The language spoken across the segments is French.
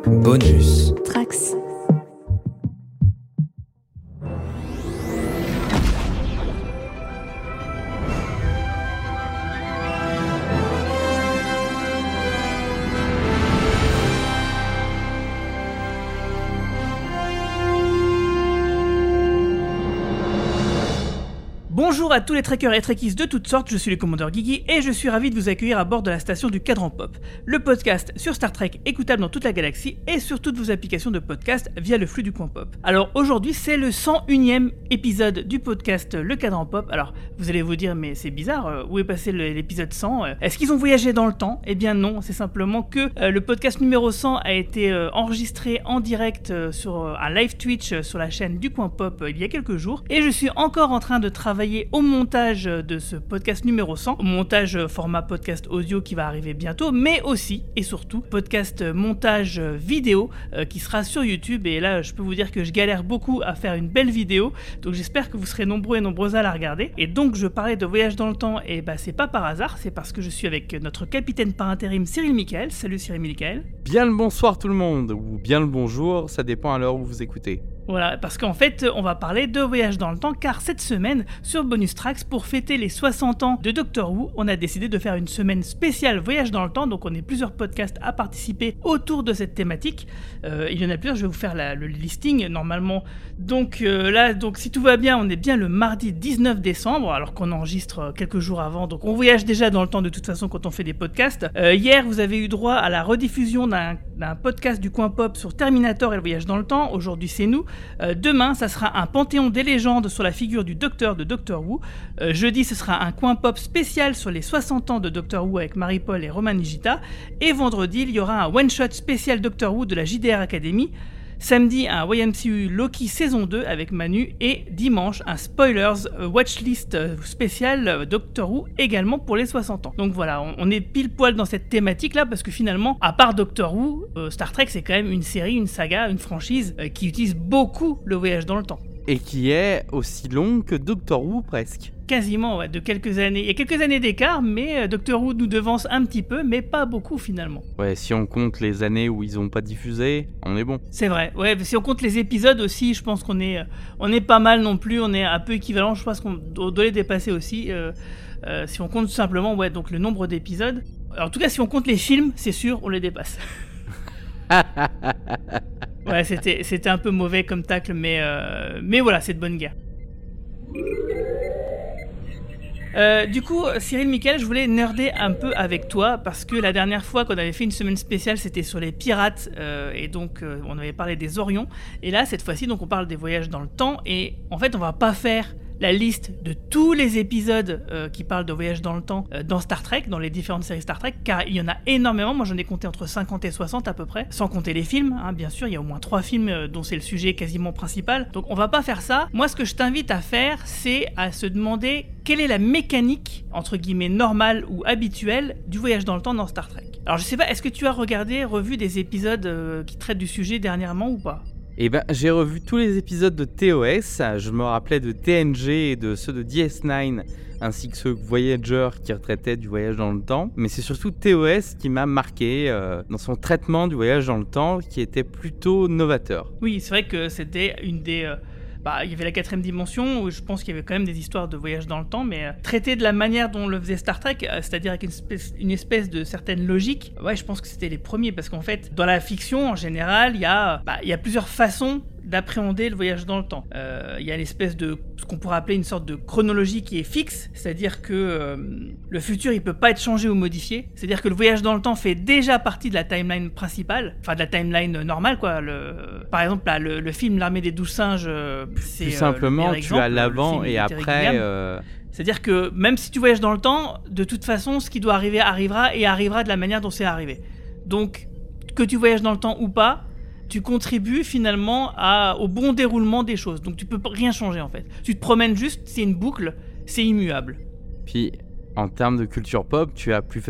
Bonus Trax. Bonjour à tous les trekkers et trekkies de toutes sortes, je suis le commandeur Guigui et je suis ravi de vous accueillir à bord de la station du Cadran Pop, le podcast sur Star Trek écoutable dans toute la galaxie et sur toutes vos applications de podcast via le flux du Coin Pop. Alors aujourd'hui c'est le 101e épisode du podcast Le Cadran Pop. Alors vous allez vous dire mais c'est bizarre, où est passé l'épisode 100 Est-ce qu'ils ont voyagé dans le temps ? Eh bien non, c'est simplement que le podcast numéro 100 a été enregistré en direct sur un live Twitch sur la chaîne du Coin Pop il y a quelques jours et je suis encore en train de travailler au montage de ce podcast numéro 100, au montage format podcast audio qui va arriver bientôt, mais aussi et surtout podcast montage vidéo qui sera sur YouTube. Et là je peux vous dire que je galère beaucoup à faire une belle vidéo, donc j'espère que vous serez nombreux et nombreuses à la regarder. Et donc je parlais de voyage dans le temps, et bah c'est pas par hasard, c'est parce que je suis avec notre capitaine par intérim Cyril Michael. Salut Cyril Michael. Bien le bonsoir tout le monde, ou bien le bonjour, ça dépend à l'heure où vous écoutez. Voilà, parce qu'en fait, on va parler de voyage dans le temps, car cette semaine, sur Bonus Trax, pour fêter les 60 ans de Doctor Who, on a décidé de faire une semaine spéciale voyage dans le temps, donc on est plusieurs podcasts à participer autour de cette thématique. Il y en a plusieurs, je vais vous faire le listing normalement. Donc là, si tout va bien, on est bien le mardi 19 décembre, alors qu'on enregistre quelques jours avant, donc on voyage déjà dans le temps de toute façon quand on fait des podcasts. Hier, vous avez eu droit à la rediffusion d'un podcast du Coin Pop sur Terminator et le voyage dans le temps. Aujourd'hui, c'est nous. Demain, ça sera un panthéon des légendes sur la figure du Docteur de Doctor Who. Jeudi, ce sera un Coin Pop spécial sur les 60 ans de Doctor Who avec Marie-Paul et Roman Nigita. Et vendredi, il y aura un one-shot spécial Doctor Who de la JDR Academy. Samedi, un YMCU Loki saison 2 avec Manu. Et dimanche, un Spoilers Watchlist spécial Doctor Who également pour les 60 ans. Donc voilà, on est pile poil dans cette thématique-là parce que finalement, à part Doctor Who, Star Trek c'est quand même une série, une saga, une franchise qui utilise beaucoup le voyage dans le temps. Et qui est aussi long que Doctor Who presque. Quasiment, ouais, de quelques années. Il y a quelques années d'écart, mais Doctor Who nous devance un petit peu, mais pas beaucoup finalement. Ouais, si on compte les années où ils n'ont pas diffusé, on est bon. C'est vrai, ouais, si on compte les épisodes aussi, je pense qu'on est pas mal non plus, on est un peu équivalent, je pense qu'on doit les dépasser aussi, si on compte tout simplement, ouais, donc le nombre d'épisodes. Alors, en tout cas, si on compte les films, c'est sûr, on les dépasse. Ouais, c'était un peu mauvais comme tacle, mais voilà, c'est de bonne guerre. Du coup, Cyril Michael, je voulais nerder un peu avec toi parce que la dernière fois qu'on avait fait une semaine spéciale, c'était sur les pirates et donc on avait parlé des Orions. Et là, cette fois-ci, donc on parle des voyages dans le temps et en fait, on va pas faire la liste de tous les épisodes qui parlent de voyage dans le temps dans Star Trek, dans les différentes séries Star Trek, car il y en a énormément. Moi, j'en ai compté entre 50 et 60 à peu près, sans compter les films, hein, bien sûr. Il y a au moins 3 films dont c'est le sujet quasiment principal. Donc, on va pas faire ça. Moi, ce que je t'invite à faire, c'est à se demander quelle est la mécanique, entre guillemets, normale ou habituelle du voyage dans le temps dans Star Trek. Alors, je sais pas, est-ce que tu as revu des épisodes qui traitent du sujet dernièrement ou pas ? Eh ben, j'ai revu tous les épisodes de TOS, je me rappelais de TNG et de ceux de DS9, ainsi que ceux de Voyager qui retraitaient du voyage dans le temps. Mais c'est surtout TOS qui m'a marqué dans son traitement du voyage dans le temps, qui était plutôt novateur. Oui, c'est vrai que c'était une des... il y avait la 4ème dimension, où je pense qu'il y avait quand même des histoires de voyage dans le temps, mais traité de la manière dont le faisait Star Trek, c'est-à-dire avec une espèce de certaine logique, ouais, je pense que c'était les premiers, parce qu'en fait, dans la fiction, en général, il y a plusieurs façons d'appréhender le voyage dans le temps. Il y a l'espèce de ce qu'on pourrait appeler une sorte de chronologie qui est fixe, c'est-à-dire que le futur il peut pas être changé ou modifié, c'est-à-dire que le voyage dans le temps fait déjà partie de la timeline principale, enfin de la timeline normale quoi. Par exemple là, le film L'Armée des 12 singes, c'est tout simplement tu exemple, as l'avant et après c'est-à-dire que même si tu voyages dans le temps, de toute façon ce qui doit arriver arrivera et arrivera de la manière dont c'est arrivé. Donc que tu voyages dans le temps ou pas, tu contribues finalement au bon déroulement des choses. Donc tu peux rien changer en fait. Tu te promènes juste, c'est une boucle, c'est immuable. Puis en termes de culture pop, tu as plus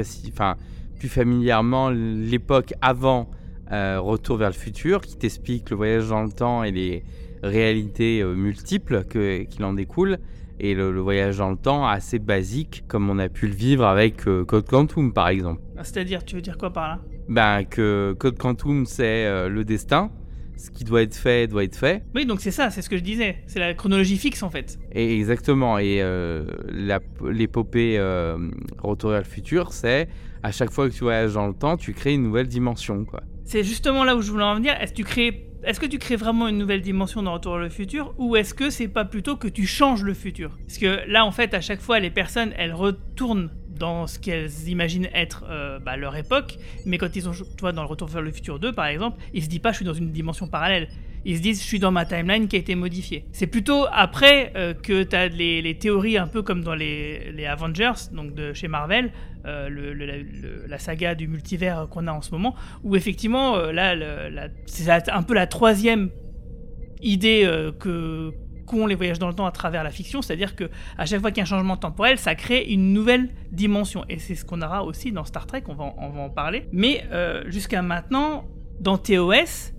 familièrement l'époque avant Retour vers le futur, qui t'explique le voyage dans le temps et les réalités multiples qu'il en découle. Et le voyage dans le temps assez basique, comme on a pu le vivre avec Code Quantum par exemple. C'est-à-dire, tu veux dire quoi par là ? que Code Quantum, c'est le destin. Ce qui doit être fait, doit être fait. Oui, donc c'est ça, c'est ce que je disais. C'est la chronologie fixe, en fait. Et exactement. Et l'épopée Retour vers le futur, c'est à chaque fois que tu voyages dans le temps, tu crées une nouvelle dimension, quoi. C'est justement là où je voulais en venir. Est-ce que tu crées vraiment une nouvelle dimension dans Retour vers le futur, ou est-ce que c'est pas plutôt que tu changes le futur ? Parce que là, en fait, à chaque fois, les personnes, elles retournent dans ce qu'elles imaginent être leur époque, mais quand ils sont, toi, dans le Retour vers le futur 2, par exemple, ils se disent pas je suis dans une dimension parallèle. Ils se disent je suis dans ma timeline qui a été modifiée. C'est plutôt après que tu as les théories un peu comme dans les Avengers, donc de chez Marvel, la saga du multivers qu'on a en ce moment, où effectivement, c'est un peu la troisième idée qu'ont les voyages dans le temps à travers la fiction, c'est-à-dire que à chaque fois qu'il y a un changement temporel, ça crée une nouvelle dimension. Et c'est ce qu'on aura aussi dans Star Trek, on va en parler. Mais jusqu'à maintenant, dans TOS,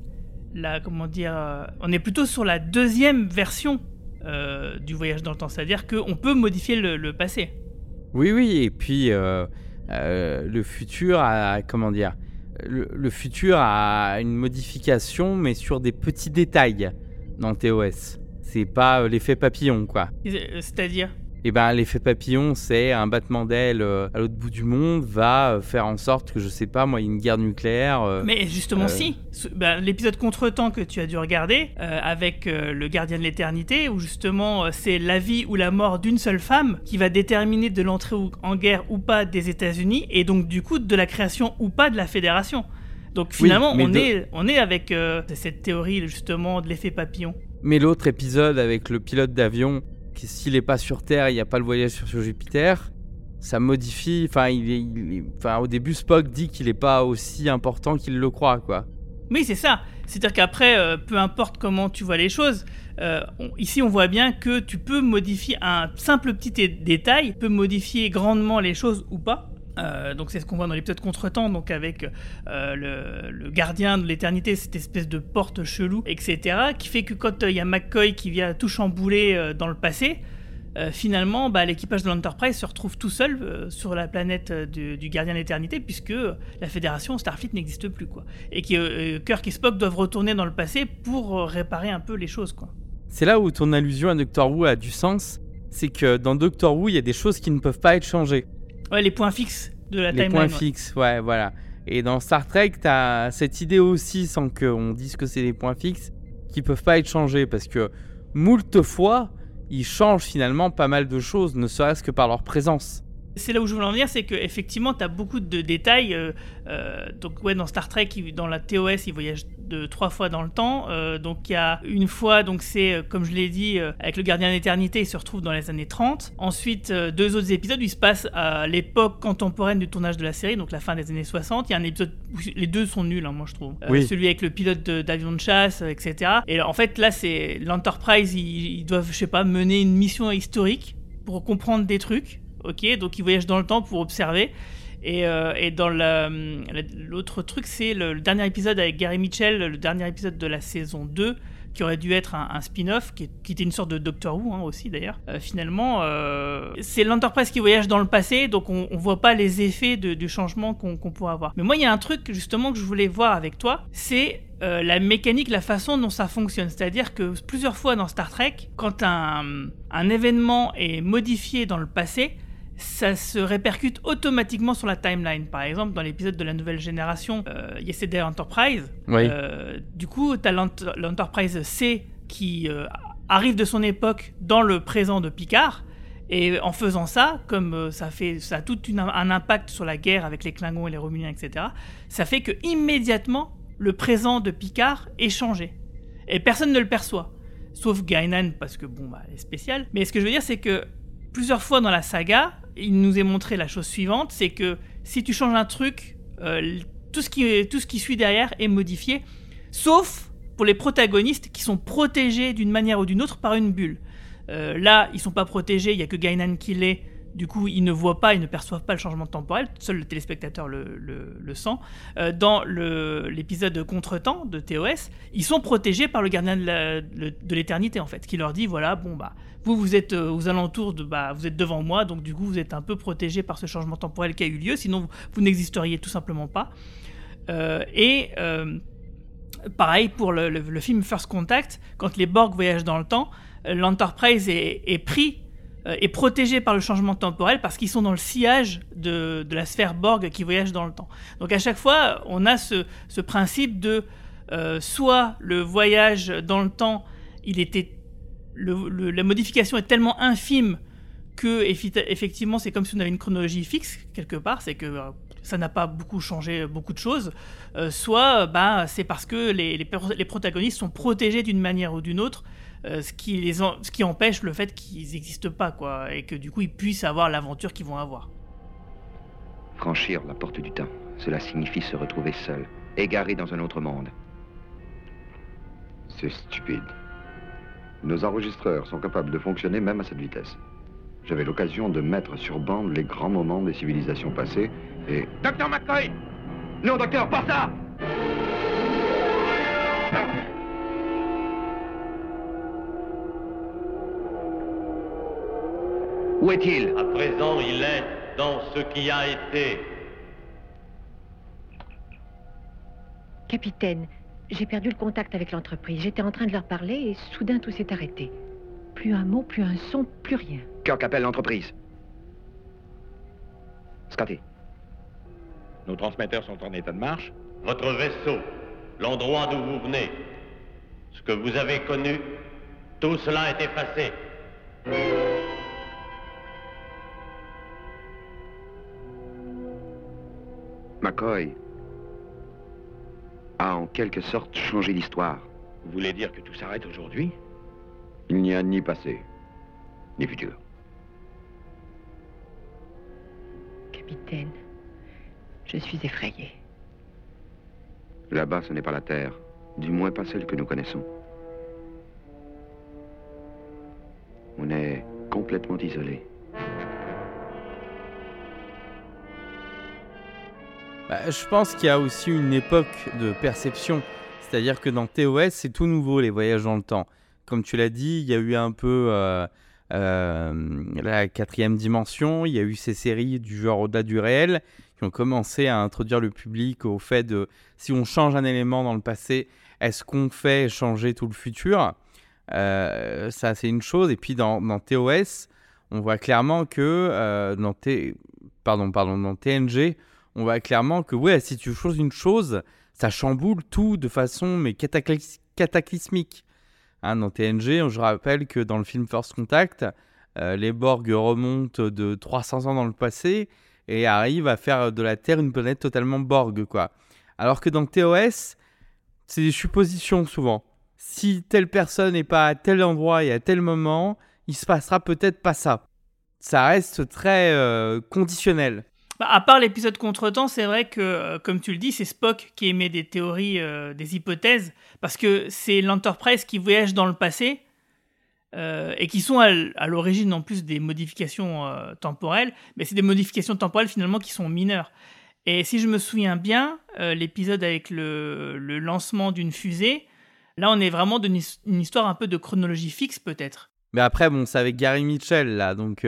on est plutôt sur la deuxième version du voyage dans le temps, c'est-à-dire qu'on peut modifier le passé. Oui, et puis le futur a, le futur a une modification, mais sur des petits détails dans TOS. C'est pas l'effet papillon, quoi. C'est-à-dire ? Et l'effet papillon, c'est un battement d'aile à l'autre bout du monde va faire en sorte que, je sais pas, moi, il y ait une guerre nucléaire. Mais justement, si. L'épisode Contretemps que tu as dû regarder, avec le gardien de l'éternité, où justement, c'est la vie ou la mort d'une seule femme qui va déterminer de l'entrée en guerre ou pas des États-Unis, et donc, du coup, de la création ou pas de la Fédération. Donc, finalement, on est avec cette théorie, justement, de l'effet papillon. Mais l'autre épisode avec le pilote d'avion, qui s'il n'est pas sur Terre, il n'y a pas le voyage sur Jupiter, ça modifie. Au début, Spock dit qu'il n'est pas aussi important qu'il le croit, quoi. Oui, c'est ça. C'est-à-dire qu'après, peu importe comment tu vois les choses, ici on voit bien que tu peux modifier un simple petit détail, peut modifier grandement les choses ou pas. Donc c'est ce qu'on voit dans l'épisode Contretemps, donc avec le gardien de l'éternité, cette espèce de porte chelou, etc., qui fait que quand il y a McCoy qui vient tout chambouler dans le passé, finalement l'équipage de l'Enterprise se retrouve tout seul sur la planète du gardien de l'éternité, puisque la Fédération Starfleet n'existe plus, quoi. Et que Kirk et Spock doivent retourner dans le passé pour réparer un peu les choses, quoi. C'est là où ton allusion à Doctor Who a du sens, c'est que dans Doctor Who, il y a des choses qui ne peuvent pas être changées. Ouais, les points fixes de la timeline. Les points fixes, ouais, voilà. Et dans Star Trek, t'as cette idée aussi, sans qu'on dise que c'est des points fixes, qui peuvent pas être changés, parce que moult fois, ils changent finalement pas mal de choses, ne serait-ce que par leur présence. C'est là où je voulais en venir, c'est qu'effectivement, tu as beaucoup de détails. Donc, ouais, dans Star Trek, dans la TOS, ils voyagent 3 fois dans le temps. Donc, il y a une fois, donc c'est, comme je l'ai dit, avec le gardien de l'éternité, il se retrouve dans les années 30. Ensuite, 2 autres épisodes où il se passe à l'époque contemporaine du tournage de la série, donc la fin des années 60. Il y a un épisode où les deux sont nuls, hein, moi je trouve. Oui. Celui avec le pilote d'avion de chasse, etc. Et en fait, là, c'est l'Enterprise, ils doivent, je sais pas, mener une mission historique pour comprendre des trucs. Ok, donc ils voyagent dans le temps pour observer. Et dans l'autre truc, c'est le dernier épisode avec Gary Mitchell, le dernier épisode de la saison 2, qui aurait dû être un spin-off, qui était une sorte de Doctor Who, hein, aussi d'ailleurs. Finalement, c'est l'Enterprise qui voyage dans le passé, donc on voit pas les effets du changement qu'on pourrait avoir. Mais moi, il y a un truc justement que je voulais voir avec toi, c'est la mécanique, la façon dont ça fonctionne. C'est-à-dire que plusieurs fois dans Star Trek, quand un événement est modifié dans le passé, ça se répercute automatiquement sur la timeline. Par exemple, dans l'épisode de la nouvelle génération, Yesterday Enterprise, oui. Du coup, tu as l'Enterprise C qui arrive de son époque dans le présent de Picard, et en faisant ça, comme ça a tout un impact sur la guerre avec les Klingons et les Romuliens, etc., ça fait que immédiatement le présent de Picard est changé. Et personne ne le perçoit. Sauf Guinan, parce que elle est spéciale. Mais ce que je veux dire, c'est que plusieurs fois dans la saga, il nous est montré la chose suivante, c'est que si tu changes un truc, tout ce qui suit derrière est modifié, sauf pour les protagonistes qui sont protégés d'une manière ou d'une autre par une bulle. Là, ils sont pas protégés, il n'y a que Guinan qui l'est, du coup ils ne voient pas, ils ne perçoivent pas le changement temporel, seul le téléspectateur le sent. Dans l'épisode Contretemps de TOS, ils sont protégés par le gardien de l'éternité, en fait, qui leur dit, voilà, vous êtes aux alentours vous êtes devant moi, donc du coup vous êtes un peu protégés par ce changement temporel qui a eu lieu, sinon vous n'existeriez tout simplement pas. Pareil pour le film First Contact, quand les Borg voyagent dans le temps, l'Enterprise est pris et protégé par le changement temporel parce qu'ils sont dans le sillage de la sphère Borg qui voyage dans le temps. Donc à chaque fois, on a ce principe de soit le voyage dans le temps, la modification est tellement infime que effectivement c'est comme si on avait une chronologie fixe quelque part, c'est que ça n'a pas beaucoup changé beaucoup de choses, soit c'est parce que les protagonistes sont protégés d'une manière ou d'une autre, ce qui empêche le fait qu'ils n'existent pas, quoi, et que du coup ils puissent avoir l'aventure qu'ils vont avoir. Franchir la porte du temps, cela signifie se retrouver seul, égaré dans un autre monde. C'est stupide. Nos enregistreurs sont capables de fonctionner même à cette vitesse. J'avais l'occasion de mettre sur bande les grands moments des civilisations passées et... Docteur McCoy! Non, docteur, pas ça! Où est-il? À présent, il est dans ce qui a été. Capitaine, j'ai perdu le contact avec l'entreprise. J'étais en train de leur parler et soudain tout s'est arrêté. Plus un mot, plus un son, plus rien. Kirk appelle l'entreprise. Scotty. Nos transmetteurs sont en état de marche. Votre vaisseau, l'endroit d'où vous venez, ce que vous avez connu, tout cela est effacé. McCoy a en quelque sorte changé l'histoire. Vous voulez dire que tout s'arrête aujourd'hui? Il n'y a ni passé, ni futur. Capitaine, je suis effrayée. Là-bas, ce n'est pas la Terre, du moins pas celle que nous connaissons. On est complètement isolé. Je pense qu'il y a aussi une époque de perception. C'est-à-dire que dans TOS, c'est tout nouveau, les voyages dans le temps. Comme tu l'as dit, il y a eu un peu la quatrième dimension. Il y a eu ces séries du genre au-delà du réel qui ont commencé à introduire le public au fait de si on change un élément dans le passé, est-ce qu'on fait changer tout le futur? Ça, c'est une chose. Et puis dans TOS, on voit clairement que dans TNG, on voit clairement que ouais, si tu changes une chose, ça chamboule tout de façon cataclysmique. Dans TNG, je rappelle que dans le film First Contact, les Borg remontent de 300 ans dans le passé et arrivent à faire de la Terre une planète totalement Borg, quoi. Alors que dans TOS, c'est des suppositions souvent. Si telle personne n'est pas à tel endroit et à tel moment, il se passera peut-être pas ça. Ça reste très conditionnel. À part l'épisode Contretemps, c'est vrai que, comme tu le dis, c'est Spock qui émet des théories, des hypothèses, parce que c'est l'Enterprise qui voyage dans le passé, et qui sont à l'origine en plus des modifications temporelles, mais c'est des modifications temporelles finalement qui sont mineures. Et si je me souviens bien, l'épisode avec le lancement d'une fusée, là on est vraiment dans une histoire un peu de chronologie fixe peut-être. Mais après, bon, c'est avec Gary Mitchell là, donc...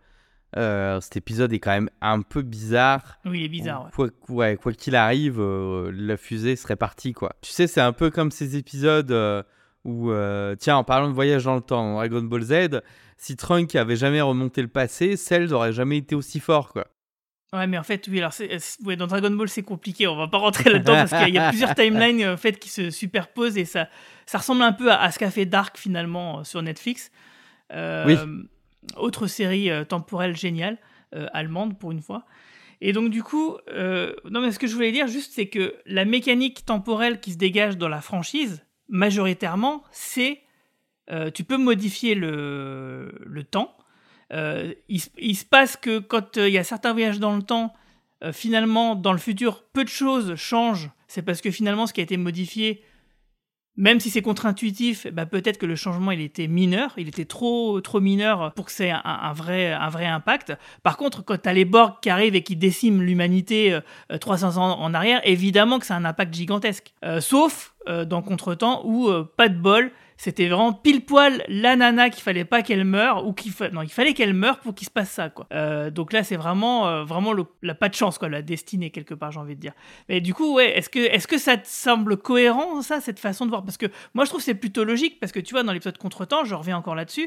cet épisode est quand même un peu bizarre. Oui, il est bizarre. Quoi qu'il arrive, la fusée serait partie, quoi. Tu sais, c'est un peu comme ces épisodes où, tiens, en parlant de voyage dans le temps, dans Dragon Ball Z, si Trunks avait jamais remonté le passé, Cell n'aurait jamais été aussi fort, quoi. Ouais, mais en fait, oui, alors dans Dragon Ball, c'est compliqué. On va pas rentrer là-dedans parce qu'il y a plusieurs timelines en fait, qui se superposent et ça ressemble un peu à ce qu'a fait Dark finalement sur Netflix. Oui. Autre série temporelle géniale, allemande pour une fois. Et donc du coup, non mais ce que je voulais dire juste, c'est que la mécanique temporelle qui se dégage dans la franchise, majoritairement, c'est tu peux modifier le temps. Il se passe que quand il y a certains voyages dans le temps, finalement, dans le futur, peu de choses changent. C'est parce que finalement, ce qui a été modifié, même si c'est contre-intuitif, peut-être que le changement il était mineur, il était trop mineur pour que c'est un vrai impact. Par contre, quand tu as les Borg qui arrivent et qui déciment l'humanité 300 ans en arrière, évidemment que c'est un impact gigantesque. Sauf dans Contretemps où, pas de bol, c'était vraiment pile poil la nana qu'il fallait pas qu'elle meure, ou il fallait qu'elle meure pour qu'il se passe ça, quoi. Donc là, c'est vraiment la pas de chance, quoi, la destinée, quelque part, j'ai envie de dire. Mais du coup, ouais, est-ce que ça te semble cohérent, ça, cette façon de voir ? Parce que moi, je trouve que c'est plutôt logique, parce que tu vois, dans l'épisode Contretemps, je reviens encore là-dessus,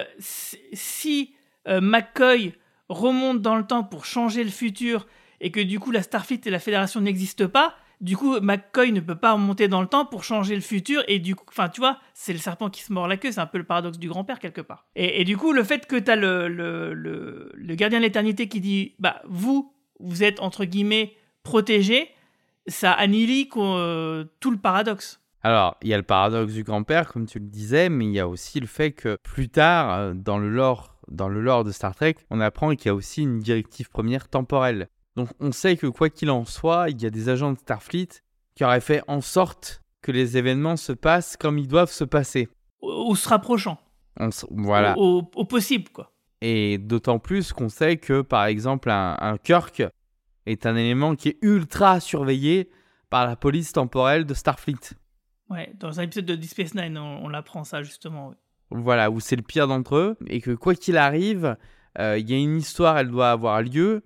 si McCoy remonte dans le temps pour changer le futur, et que du coup, la Starfleet et la Fédération n'existent pas, du coup, McCoy ne peut pas remonter dans le temps pour changer le futur, et du coup, enfin, tu vois, c'est le serpent qui se mord la queue, c'est un peu le paradoxe du grand-père, quelque part. Et du coup, le fait que t'as le gardien de l'éternité qui dit, bah, vous êtes, entre guillemets, protégés, ça annihile tout le paradoxe. Alors, il y a le paradoxe du grand-père, comme tu le disais, mais il y a aussi le fait que plus tard, dans le lore de Star Trek, on apprend qu'il y a aussi une directive première temporelle. Donc on sait que quoi qu'il en soit, il y a des agents de Starfleet qui auraient fait en sorte que les événements se passent comme ils doivent se passer. Ou se rapprochant. Voilà. Au possible, quoi. Et d'autant plus qu'on sait que, par exemple, un Kirk est un élément qui est ultra surveillé par la police temporelle de Starfleet. Ouais, dans un épisode de Deep Space Nine, on l'apprend ça, justement. Oui. Voilà, où c'est le pire d'entre eux, et que quoi qu'il arrive, il y a une histoire, elle doit avoir lieu.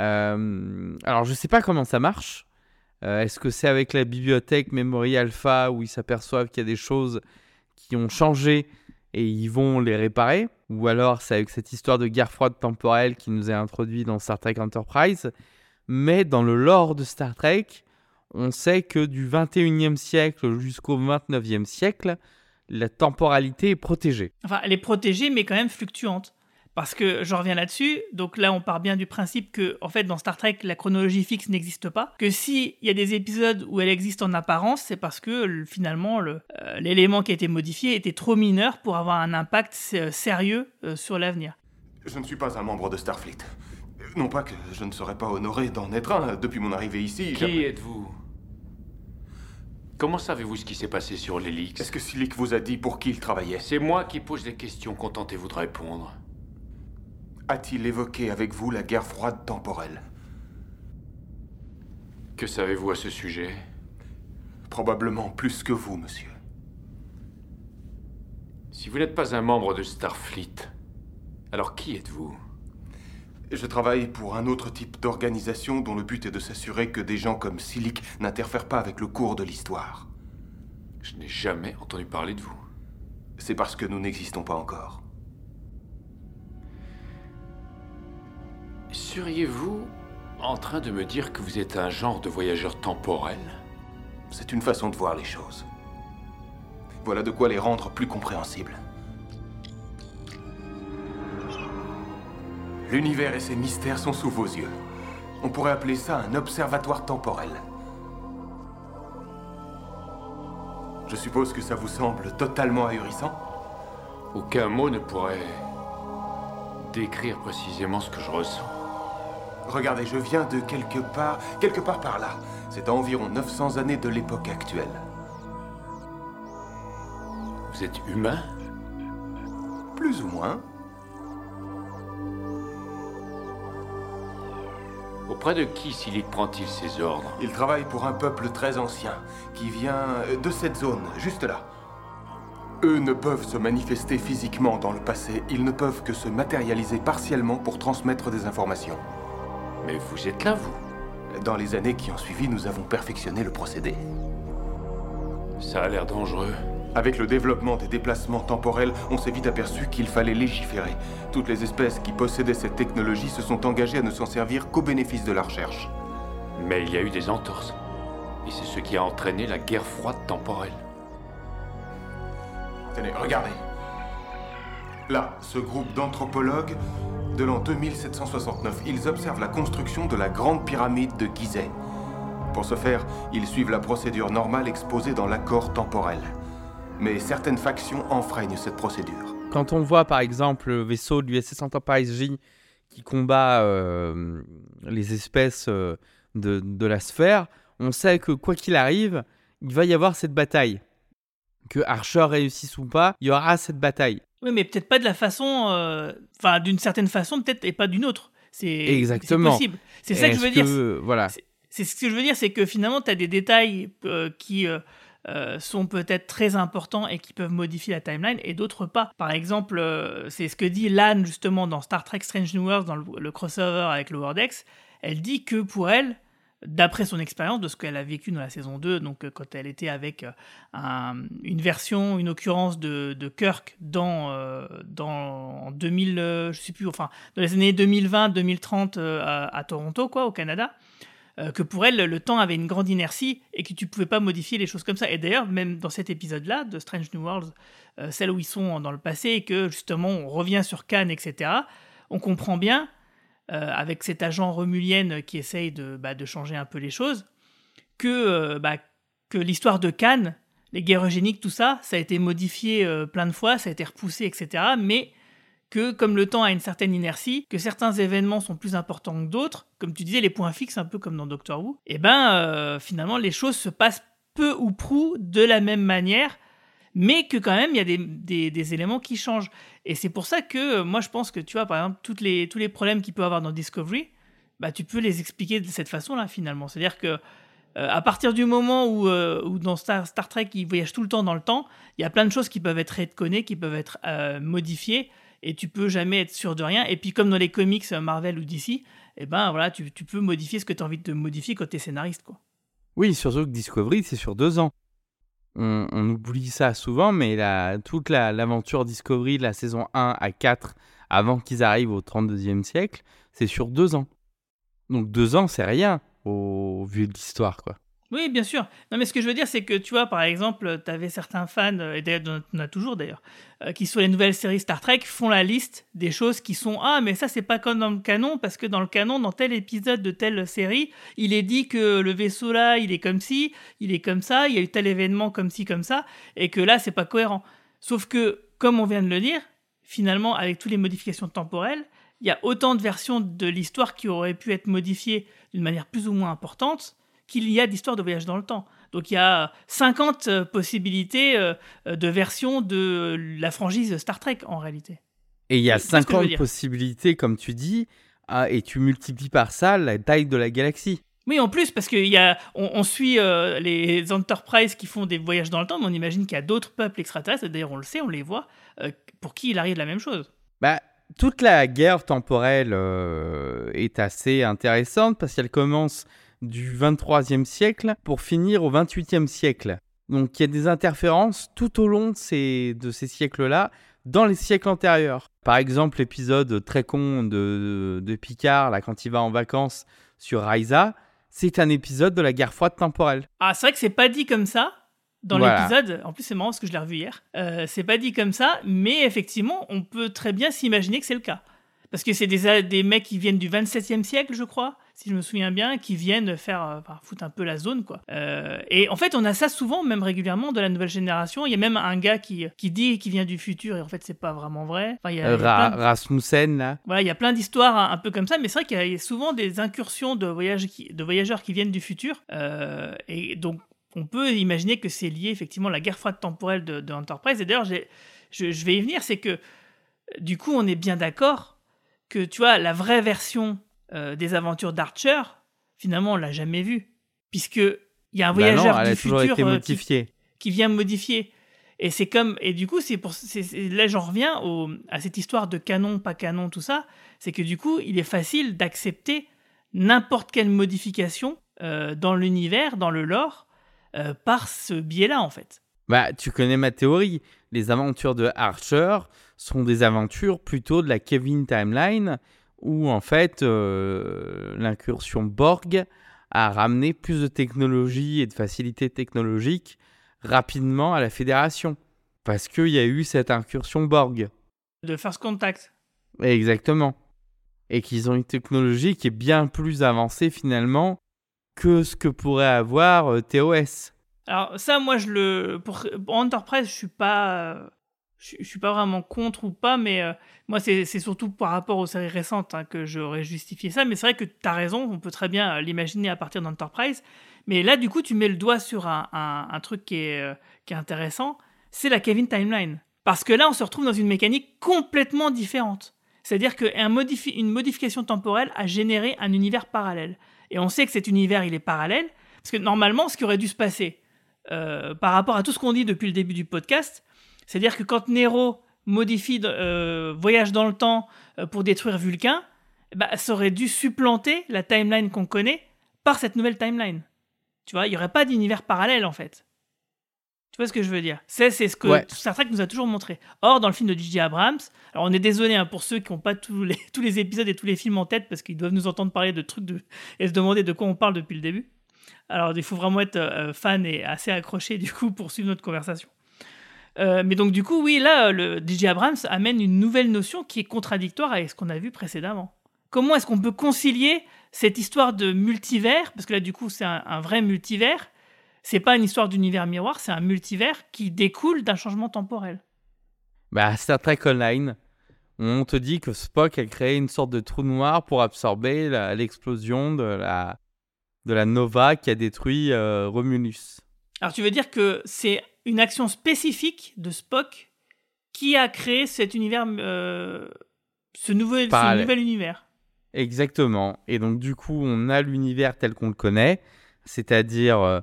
Alors je sais pas comment ça marche. Est-ce que c'est avec la bibliothèque Memory Alpha où ils s'aperçoivent qu'il y a des choses qui ont changé et ils vont les réparer, ou alors c'est avec cette histoire de guerre froide temporelle qui nous est introduite dans Star Trek Enterprise. Mais dans le lore de Star Trek, on sait que du 21e siècle jusqu'au 29e siècle, la temporalité est protégée. Enfin, elle est protégée, mais quand même fluctuante. Parce que, je reviens là-dessus, donc là on part bien du principe que, en fait, dans Star Trek, la chronologie fixe n'existe pas, que s'il y a des épisodes où elle existe en apparence, c'est parce que, finalement, l'élément qui a été modifié était trop mineur pour avoir un impact sérieux sur l'avenir. Je ne suis pas un membre de Starfleet. Non pas que je ne serais pas honoré d'en être un, depuis mon arrivée ici. Qui êtes-vous ? Comment savez-vous ce qui s'est passé sur l'Helix ? Est-ce que Silik vous a dit pour qui il travaillait ? C'est moi qui pose des questions, contentez-vous de répondre. A-t-il évoqué avec vous la guerre froide temporelle ? Que savez-vous à ce sujet ? Probablement plus que vous, monsieur. Si vous n'êtes pas un membre de Starfleet, alors qui êtes-vous ? Je travaille pour un autre type d'organisation dont le but est de s'assurer que des gens comme Silik n'interfèrent pas avec le cours de l'histoire. Je n'ai jamais entendu parler de vous. C'est parce que nous n'existons pas encore. Seriez-vous en train de me dire que vous êtes un genre de voyageur temporel ? C'est une façon de voir les choses. Voilà de quoi les rendre plus compréhensibles. L'univers et ses mystères sont sous vos yeux. On pourrait appeler ça un observatoire temporel. Je suppose que ça vous semble totalement ahurissant ? Aucun mot ne pourrait décrire précisément ce que je ressens. Regardez, je viens de quelque part par là. C'est à environ 900 années de l'époque actuelle. Vous êtes humain ? Plus ou moins. Auprès de qui Silik prend-il ses ordres ? Il travaille pour un peuple très ancien, qui vient de cette zone, juste là. Eux ne peuvent se manifester physiquement dans le passé, ils ne peuvent que se matérialiser partiellement pour transmettre des informations. Mais vous êtes là, vous ? Dans les années qui ont suivi, nous avons perfectionné le procédé. Ça a l'air dangereux. Avec le développement des déplacements temporels, on s'est vite aperçu qu'il fallait légiférer. Toutes les espèces qui possédaient cette technologie se sont engagées à ne s'en servir qu'au bénéfice de la recherche. Mais il y a eu des entorses. Et c'est ce qui a entraîné la guerre froide temporelle. Tenez, regardez. Là, ce groupe d'anthropologues, de l'an 2769, ils observent la construction de la grande pyramide de Gizeh. Pour ce faire, ils suivent la procédure normale exposée dans l'accord temporel. Mais certaines factions enfreignent cette procédure. Quand on voit par exemple le vaisseau de l'USS Enterprise J qui combat les espèces de la sphère, on sait que quoi qu'il arrive, il va y avoir cette bataille. Que Archer réussisse ou pas, il y aura cette bataille. Oui, mais peut-être pas de la façon... Enfin, d'une certaine façon, peut-être, et pas d'une autre. Exactement. C'est possible. C'est ça que je veux dire. Voilà. C'est ce que je veux dire, c'est que finalement, tu as des détails qui sont peut-être très importants et qui peuvent modifier la timeline, et d'autres pas. Par exemple, c'est ce que dit Lan justement dans Star Trek Strange New Worlds, dans le crossover avec Lower Decks. Elle dit que pour elle, d'après son expérience, de ce qu'elle a vécu dans la saison 2, donc quand elle était avec une occurrence de Kirk en 2000, je sais plus, enfin, dans les années 2020-2030 à Toronto, quoi, au Canada, que pour elle, le temps avait une grande inertie et que tu pouvais pas modifier les choses comme ça. Et d'ailleurs, même dans cet épisode-là de Strange New Worlds, celle où ils sont dans le passé et que justement on revient sur Khan, etc., on comprend bien, avec cet agent romulienne qui essaye de changer un peu les choses, que l'histoire de Khan, les guerres eugéniques, tout ça, ça a été modifié plein de fois, ça a été repoussé, etc., mais que comme le temps a une certaine inertie, que certains événements sont plus importants que d'autres, comme tu disais, les points fixes, un peu comme dans Doctor Who, et finalement les choses se passent peu ou prou de la même manière, mais que quand même il y a des éléments qui changent. Et c'est pour ça que moi je pense que tu vois, par exemple, tous les problèmes qu'il peut avoir dans Discovery, tu peux les expliquer de cette façon-là finalement. C'est-à-dire que à partir du moment où dans Star Trek ils voyagent tout le temps dans le temps, il y a plein de choses qui peuvent être retconnées, qui peuvent être modifiées, et tu peux jamais être sûr de rien. Et puis comme dans les comics Marvel ou DC, tu peux modifier ce que tu as envie de modifier quand tu es scénariste, quoi. Oui, surtout que Discovery, c'est sur 2 ans. On oublie ça souvent, mais toute l'aventure Discovery de la saison 1 à 4, avant qu'ils arrivent au 32e siècle, c'est sur 2 ans. Donc 2 ans, c'est rien au vu de l'histoire, quoi. Oui, bien sûr. Non, mais ce que je veux dire, c'est que, tu vois, par exemple, tu avais certains fans, et d'ailleurs, on a toujours d'ailleurs, qui sur les nouvelles séries Star Trek font la liste des choses qui sont « Ah, mais ça, c'est pas comme dans le canon, parce que dans le canon, dans tel épisode de telle série, il est dit que le vaisseau là, il est comme ci, il est comme ça, il y a eu tel événement comme ci, comme ça, et que là, c'est pas cohérent. » Sauf que, comme on vient de le dire, finalement, avec toutes les modifications temporelles, il y a autant de versions de l'histoire qui auraient pu être modifiées d'une manière plus ou moins importante qu'il y a d'histoires de voyage dans le temps. Donc il y a 50 possibilités de versions de la franchise Star Trek, en réalité. Et il y a 50 possibilités, comme tu dis, et tu multiplies par ça la taille de la galaxie. Oui, en plus, parce qu'on suit les Enterprise qui font des voyages dans le temps, mais on imagine qu'il y a d'autres peuples extraterrestres, d'ailleurs on le sait, on les voit, pour qui il arrive la même chose. Toute la guerre temporelle est assez intéressante, parce qu'elle commence du 23e siècle pour finir au 28e siècle. Donc il y a des interférences tout au long de ces siècles-là dans les siècles antérieurs. Par exemple, l'épisode très con de Picard, là, quand il va en vacances sur Risa, c'est un épisode de la guerre froide temporelle. Ah, c'est vrai que c'est pas dit comme ça dans l'épisode. En plus, c'est marrant parce que je l'ai revu hier. C'est pas dit comme ça, mais effectivement, on peut très bien s'imaginer que c'est le cas. Parce que c'est des mecs qui viennent du 27e siècle, je crois, si je me souviens bien, qui viennent foutre un peu la zone, quoi. Et en fait, on a ça souvent, même régulièrement, de la nouvelle génération. Il y a même un gars qui dit qu'il vient du futur, et en fait, c'est pas vraiment vrai. Enfin, Rasmussen, là. Voilà, il y a plein d'histoires un peu comme ça, mais c'est vrai qu'il y a souvent des incursions de voyageurs qui viennent du futur. Et donc, on peut imaginer que c'est lié, effectivement, à la guerre froide temporelle de Enterprise. Et d'ailleurs, je vais y venir, c'est que, du coup, on est bien d'accord que, tu vois, la vraie version des aventures d'Archer, finalement, on l'a jamais vue. Puisqu'il y a un voyageur du futur qui vient modifier. Et du coup, là, j'en reviens à cette histoire de canon, pas canon, tout ça. C'est que du coup, il est facile d'accepter n'importe quelle modification dans l'univers, dans le lore, par ce biais-là, en fait. Tu connais ma théorie. Les aventures de Archer sont des aventures plutôt de la Kevin Timeline, où en fait l'incursion Borg a ramené plus de technologie et de facilité technologique rapidement à la Fédération. Parce qu'il y a eu cette incursion Borg. De First Contact. Exactement. Et qu'ils ont une technologie qui est bien plus avancée finalement que ce que pourrait avoir TOS. Alors ça, moi, pour Enterprise, je suis pas vraiment contre ou pas, mais moi, c'est surtout par rapport aux séries récentes que j'aurais justifié ça. Mais c'est vrai que tu as raison, on peut très bien l'imaginer à partir d'Enterprise. Mais là, du coup, tu mets le doigt sur un truc qui est intéressant, c'est la Kevin Timeline. Parce que là, on se retrouve dans une mécanique complètement différente. C'est-à-dire qu'une modification temporelle a généré un univers parallèle. Et on sait que cet univers, il est parallèle, parce que normalement, ce qui aurait dû se passer par rapport à tout ce qu'on dit depuis le début du podcast. C'est-à-dire que quand Nero modifie Voyage dans le temps pour détruire Vulcain, ça aurait dû supplanter la timeline qu'on connaît par cette nouvelle timeline. Tu vois, il n'y aurait pas d'univers parallèle, en fait. Tu vois ce que je veux dire ? C'est ce que Star Trek nous a toujours montré. Or, dans le film de J.J. Abrams, alors on est désolé pour ceux qui n'ont pas tous les épisodes et tous les films en tête, parce qu'ils doivent nous entendre parler de trucs et se demander de quoi on parle depuis le début. Alors, il faut vraiment être fan et assez accroché, du coup, pour suivre notre conversation. Mais donc, du coup, oui, là, le J.J. Abrams amène une nouvelle notion qui est contradictoire avec ce qu'on a vu précédemment. Comment est-ce qu'on peut concilier cette histoire de multivers, parce que là, du coup, c'est un vrai multivers. C'est pas une histoire d'univers miroir, c'est un multivers qui découle d'un changement temporel. Star Trek Online, on te dit que Spock a créé une sorte de trou noir pour absorber l'explosion de la Nova qui a détruit Romulus. Alors, tu veux dire que c'est une action spécifique de Spock qui a créé cet univers, ce nouvel univers. Exactement. Et donc, du coup, on a l'univers tel qu'on le connaît, c'est-à-dire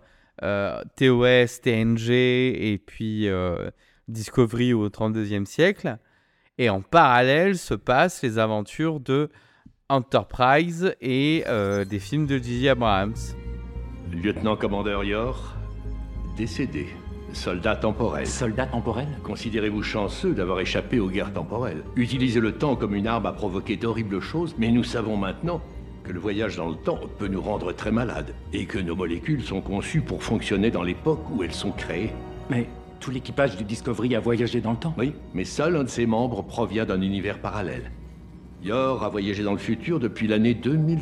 TOS, TNG et puis Discovery au 32e siècle. Et en parallèle se passent les aventures de Enterprise et des films de J.J. Abrams. Lieutenant-commandeur Yor, décédé. Soldat temporel. Soldat temporel ? Considérez-vous chanceux d'avoir échappé aux guerres temporelles. Utilisez le temps comme une arme à provoquer d'horribles choses, mais nous savons maintenant que le voyage dans le temps peut nous rendre très malades, et que nos molécules sont conçues pour fonctionner dans l'époque où elles sont créées. Mais tout l'équipage du Discovery a voyagé dans le temps ? Oui, mais seul un de ses membres provient d'un univers parallèle. Yor a voyagé dans le futur depuis l'année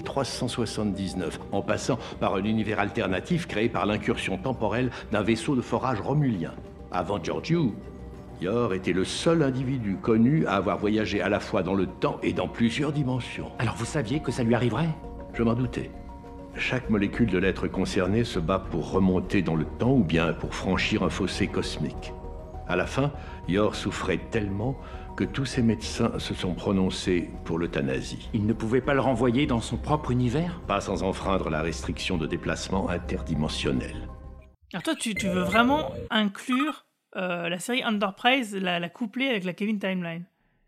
2379, en passant par un univers alternatif créé par l'incursion temporelle d'un vaisseau de forage romulien. Avant Georgiou, Yor était le seul individu connu à avoir voyagé à la fois dans le temps et dans plusieurs dimensions. Alors vous saviez que ça lui arriverait ? Je m'en doutais. Chaque molécule de l'être concerné se bat pour remonter dans le temps ou bien pour franchir un fossé cosmique. À la fin, Yor souffrait tellement que tous ses médecins se sont prononcés pour l'euthanasie. Il ne pouvait pas le renvoyer dans son propre univers ? Pas sans enfreindre la restriction de déplacement interdimensionnel. Alors toi, tu veux vraiment inclure la série Enterprise, la coupler avec la Kelvin Timeline ?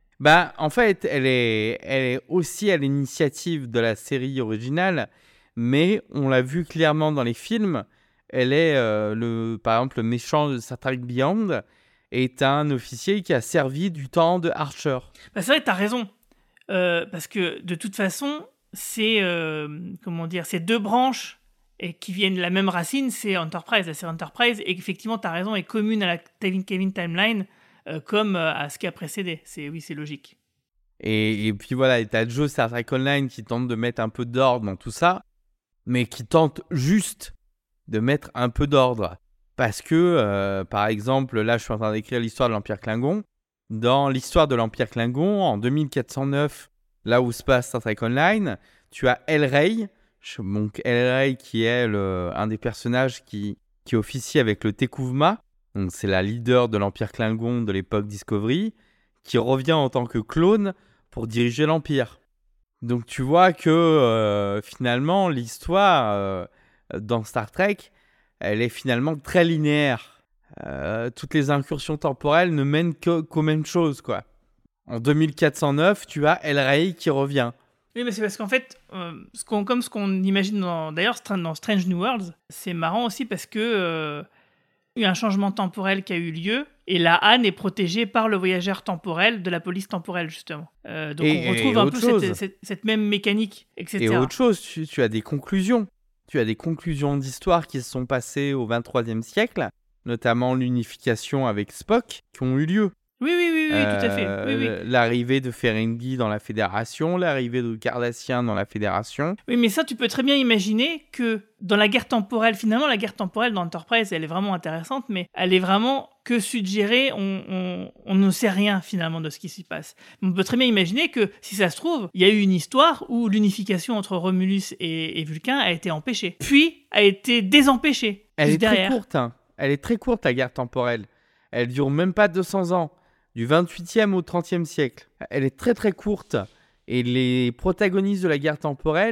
En fait, elle est aussi à l'initiative de la série originale, mais on l'a vu clairement dans les films. Elle est, par exemple, le méchant de Star Trek Beyond est un officier qui a servi du temps de Archer. C'est vrai, t'as raison. Parce que de toute façon, c'est ces deux branches et qui viennent de la même racine, c'est Enterprise. La série Enterprise, et effectivement, t'as raison, est commune à la Kelvin Timeline comme à ce qui a précédé. C'est logique. Et puis voilà, t'as Joe Star Trek Online qui tente de mettre un peu d'ordre dans tout ça, mais qui tente juste de mettre un peu d'ordre. Parce que, par exemple, là, je suis en train d'écrire l'histoire de l'Empire Klingon. Dans l'histoire de l'Empire Klingon, en 2409, là où se passe Star Trek Online, tu as El-Rey. Donc, El-Rey qui est un des personnages qui officie avec le Tekuvma. Donc, c'est la leader de l'Empire Klingon de l'époque Discovery, qui revient en tant que clone pour diriger l'Empire. Donc, tu vois que, finalement, l'histoire dans Star Trek, elle est finalement très linéaire. Toutes les incursions temporelles ne mènent qu'aux mêmes choses, quoi. En 2409, tu as El-Rey qui revient. Oui, mais c'est parce qu'en fait, comme ce qu'on imagine dans Strange New Worlds, c'est marrant aussi parce que il y a un changement temporel qui a eu lieu et la Anne est protégée par le voyageur temporel de la police temporelle, justement. Donc on retrouve un peu cette même mécanique, etc. Et autre chose, tu as des conclusions. Tu as des conclusions d'histoire qui se sont passées au 23e siècle, notamment l'unification avec Spock, qui ont eu lieu. Oui, tout à fait. Oui. L'arrivée de Ferengi dans la Fédération, l'arrivée de Cardassiens dans la Fédération. Oui, mais ça, tu peux très bien imaginer que dans la guerre temporelle, finalement, la guerre temporelle dans Enterprise, elle est vraiment intéressante, mais elle est vraiment que suggérée. On ne sait rien, finalement, de ce qui s'y passe. On peut très bien imaginer que, si ça se trouve, il y a eu une histoire où l'unification entre Romulus et Vulcain a été empêchée, puis a été désempêchée. Elle est derrière. Très courte, hein. Elle est très courte, la guerre temporelle. Elle dure même pas 200 ans. Du 28e au 30e siècle. Elle est très très courte et les protagonistes de la guerre temporelle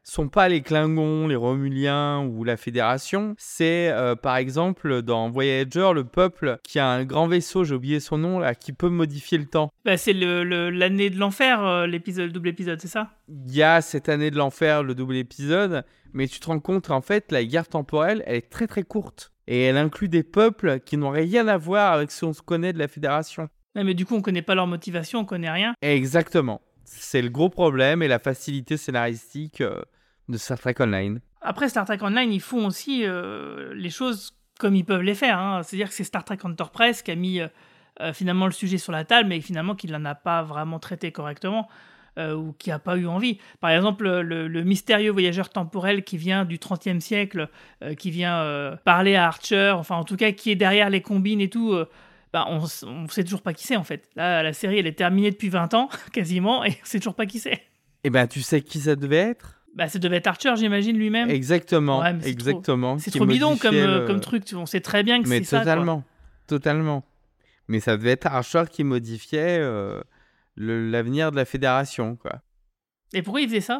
sont pas les Klingons, les Romuliens ou la Fédération. C'est par exemple dans Voyager, le peuple qui a un grand vaisseau, j'ai oublié son nom là, qui peut modifier le temps. Bah, c'est l'année de l'enfer, le double épisode, c'est ça ? Il y a cette année de l'enfer, le double épisode, mais tu te rends compte en fait la guerre temporelle, elle est très très courte. Et elle inclut des peuples qui n'ont rien à voir avec ce qu'on se connaît de la Fédération. Ouais, mais du coup, on connaît pas leur motivation, on connaît rien. Exactement. C'est le gros problème et la facilité scénaristique de Star Trek Online. Après, Star Trek Online, ils font aussi les choses comme ils peuvent les faire. Hein. C'est-à-dire que c'est Star Trek Enterprise qui a mis finalement le sujet sur la table, mais finalement qui ne l'en a pas vraiment traité correctement ou qui n'a pas eu envie. Par exemple, le mystérieux voyageur temporel qui vient du XXe siècle, qui vient parler à Archer, enfin en tout cas qui est derrière les combines et tout... on ne sait toujours pas qui c'est en fait. Là, la série, elle est terminée depuis 20 ans, quasiment, et on ne sait toujours pas qui c'est. Eh ben, tu sais qui ça devait être ? Ça devait être Archer, j'imagine, lui-même. Exactement, ouais, c'est exactement. C'est trop bidon comme truc, on sait très bien que c'est ça. Mais totalement. Mais ça devait être Archer qui modifiait l'avenir de la Fédération, quoi. Et pourquoi il faisait ça ?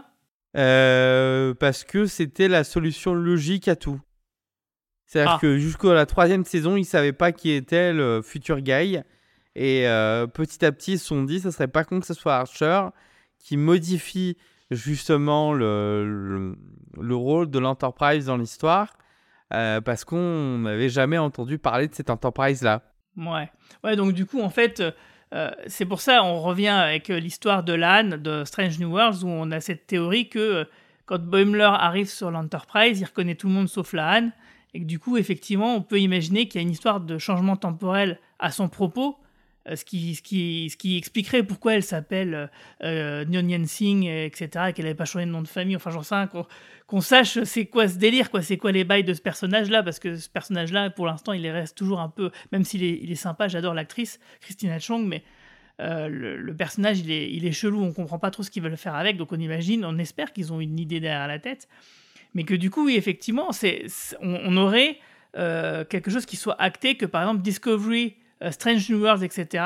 Parce que c'était la solution logique à tout. C'est-à-dire que jusqu'à la 3e saison, ils ne savaient pas qui était le futur Guy. Et petit à petit, ils se sont dit, ça serait pas con que ce soit Archer qui modifie justement le rôle de l'Enterprise dans l'histoire. Parce qu'on n'avait jamais entendu parler de cette Enterprise-là. Ouais, donc du coup, en fait, c'est pour ça on revient avec l'histoire de l'âne de Strange New Worlds, où on a cette théorie que quand Boimler arrive sur l'Enterprise, il reconnaît tout le monde sauf la âne. Et que du coup, effectivement, on peut imaginer qu'il y a une histoire de changement temporel à son propos, ce qui expliquerait pourquoi elle s'appelle Nyon Singh, etc., et qu'elle n'avait pas changé de nom de famille. Enfin, j'en sais rien, qu'on sache c'est quoi ce délire, quoi, c'est quoi les bails de ce personnage-là, parce que ce personnage-là, pour l'instant, il reste toujours un peu... Même s'il est sympa, j'adore l'actrice, Christina Chong, mais le personnage, il est chelou, on ne comprend pas trop ce qu'ils veulent faire avec, donc on espère qu'ils ont une idée derrière la tête. Mais que du coup, oui, effectivement, on aurait quelque chose qui soit acté, que par exemple Discovery, Strange New Worlds, etc.,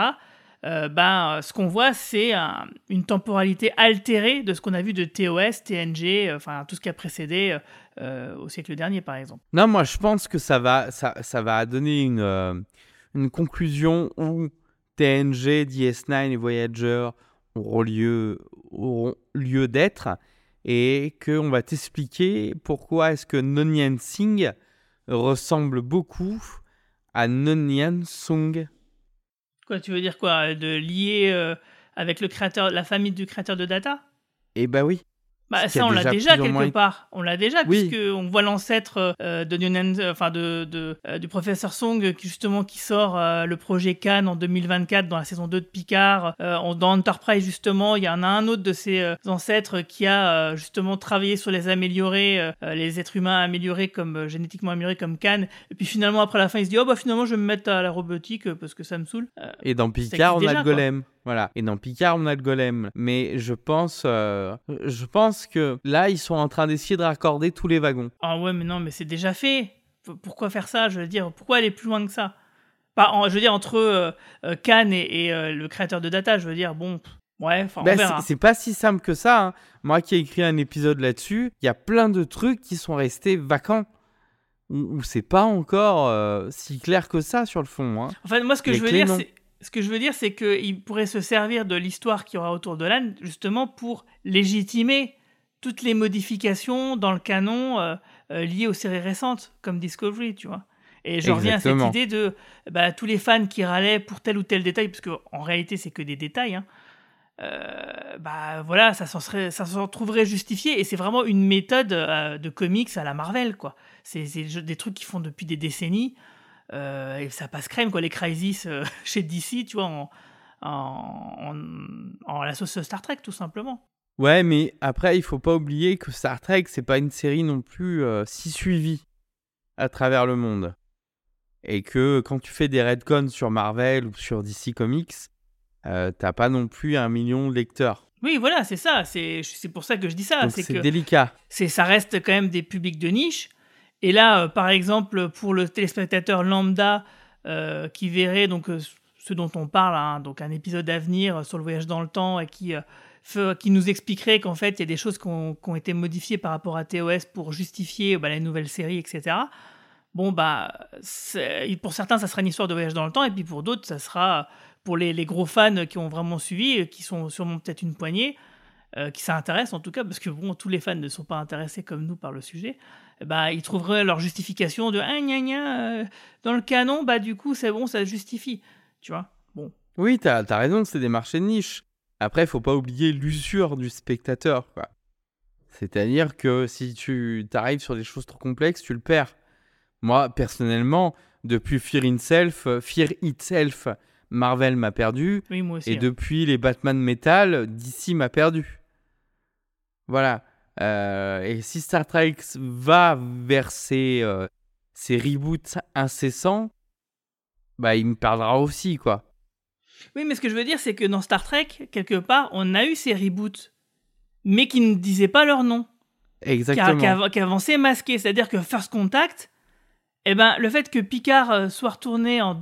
ce qu'on voit, c'est une temporalité altérée de ce qu'on a vu de TOS, TNG, enfin tout ce qui a précédé au siècle dernier, par exemple. Non, moi, je pense que ça va donner une conclusion où TNG, DS9 et Voyager auront lieu d'être. Et qu'on va t'expliquer pourquoi est-ce que Nonyan Singh ressemble beaucoup à Nonyan Sung. Quoi, tu veux dire quoi ? De lier avec la famille du créateur de Data ? Eh ben oui. Ça, on l'a déjà quelque part. On l'a déjà, oui. Puisqu'on voit l'ancêtre du professeur Song qui sort le projet Khan en 2024 dans la saison 2 de Picard. Dans Enterprise, justement, il y en a un autre de ses ancêtres qui a justement travaillé sur les améliorés, les êtres humains améliorés, génétiquement améliorés comme Khan. Et puis finalement, après la fin, il se dit finalement, je vais me mettre à la robotique parce que ça me saoule. Et dans Picard, on a le golem. Voilà. Et dans Picard, on a le golem. Mais je pense que là, ils sont en train d'essayer de raccorder tous les wagons. Ah ouais, mais non, mais c'est déjà fait. Pourquoi faire ça ? Je veux dire, pourquoi aller plus loin que ça ? Je veux dire, entre Khan et le créateur de Data, je veux dire, bon... Ouais, on verra. C'est pas si simple que ça. Hein. Moi qui ai écrit un épisode là-dessus, il y a plein de trucs qui sont restés vacants. Où c'est pas encore si clair que ça sur le fond. Hein. Enfin, moi, ce que je veux dire, c'est qu'il pourrait se servir de l'histoire qu'il y aura autour de l'âne, justement, pour légitimer toutes les modifications dans le canon liées aux séries récentes, comme Discovery, tu vois. Et je reviens à cette idée de tous les fans qui râlaient pour tel ou tel détail, parce qu'en réalité, c'est que des détails, hein. Voilà, ça s'en trouverait justifié, et c'est vraiment une méthode de comics à la Marvel, quoi. C'est des trucs qu'ils font depuis des décennies. Et ça passe crème, quoi, les Crisis chez DC, tu vois, en la sauce Star Trek, tout simplement. Ouais, mais après, il faut pas oublier que Star Trek, c'est pas une série non plus si suivie à travers le monde. Et que quand tu fais des retcons sur Marvel ou sur DC Comics, t'as pas non plus 1 million de lecteurs. Oui, voilà, c'est ça. C'est pour ça que je dis ça. Donc c'est délicat. Ça reste quand même des publics de niche. Et là, par exemple, pour le téléspectateur lambda qui verrait donc ce dont on parle, hein, donc un épisode à venir sur le voyage dans le temps et qui qui nous expliquerait qu'en fait, il y a des choses qui ont été modifiées par rapport à TOS pour justifier la nouvelle série, etc. Bon, pour certains, ça sera une histoire de voyage dans le temps, et puis pour d'autres, ça sera, pour les gros fans qui ont vraiment suivi, qui sont sûrement peut-être une poignée, qui s'intéressent en tout cas, parce que bon, tous les fans ne sont pas intéressés comme nous par le sujet, ils trouveraient leur justification de dans le canon, du coup, c'est bon, ça justifie, tu vois. Bon. Oui, t'as raison, c'est des marchés de niche. Après, il faut pas oublier l'usure du spectateur, quoi. C'est-à-dire que si tu t'arrives sur des choses trop complexes, tu le perds. Moi, personnellement, depuis Fear Itself, Marvel m'a perdu. Oui, moi aussi. Et depuis les Batman Metal, DC m'a perdu. Voilà. Et si Star Trek va vers ces reboots incessants, il me perdra aussi, quoi. Oui, mais ce que je veux dire, c'est que dans Star Trek, quelque part, on a eu ces reboots, mais qui ne disaient pas leur nom. Exactement. Qui avançaient masqués. C'est-à-dire que First Contact, le fait que Picard soit retourné en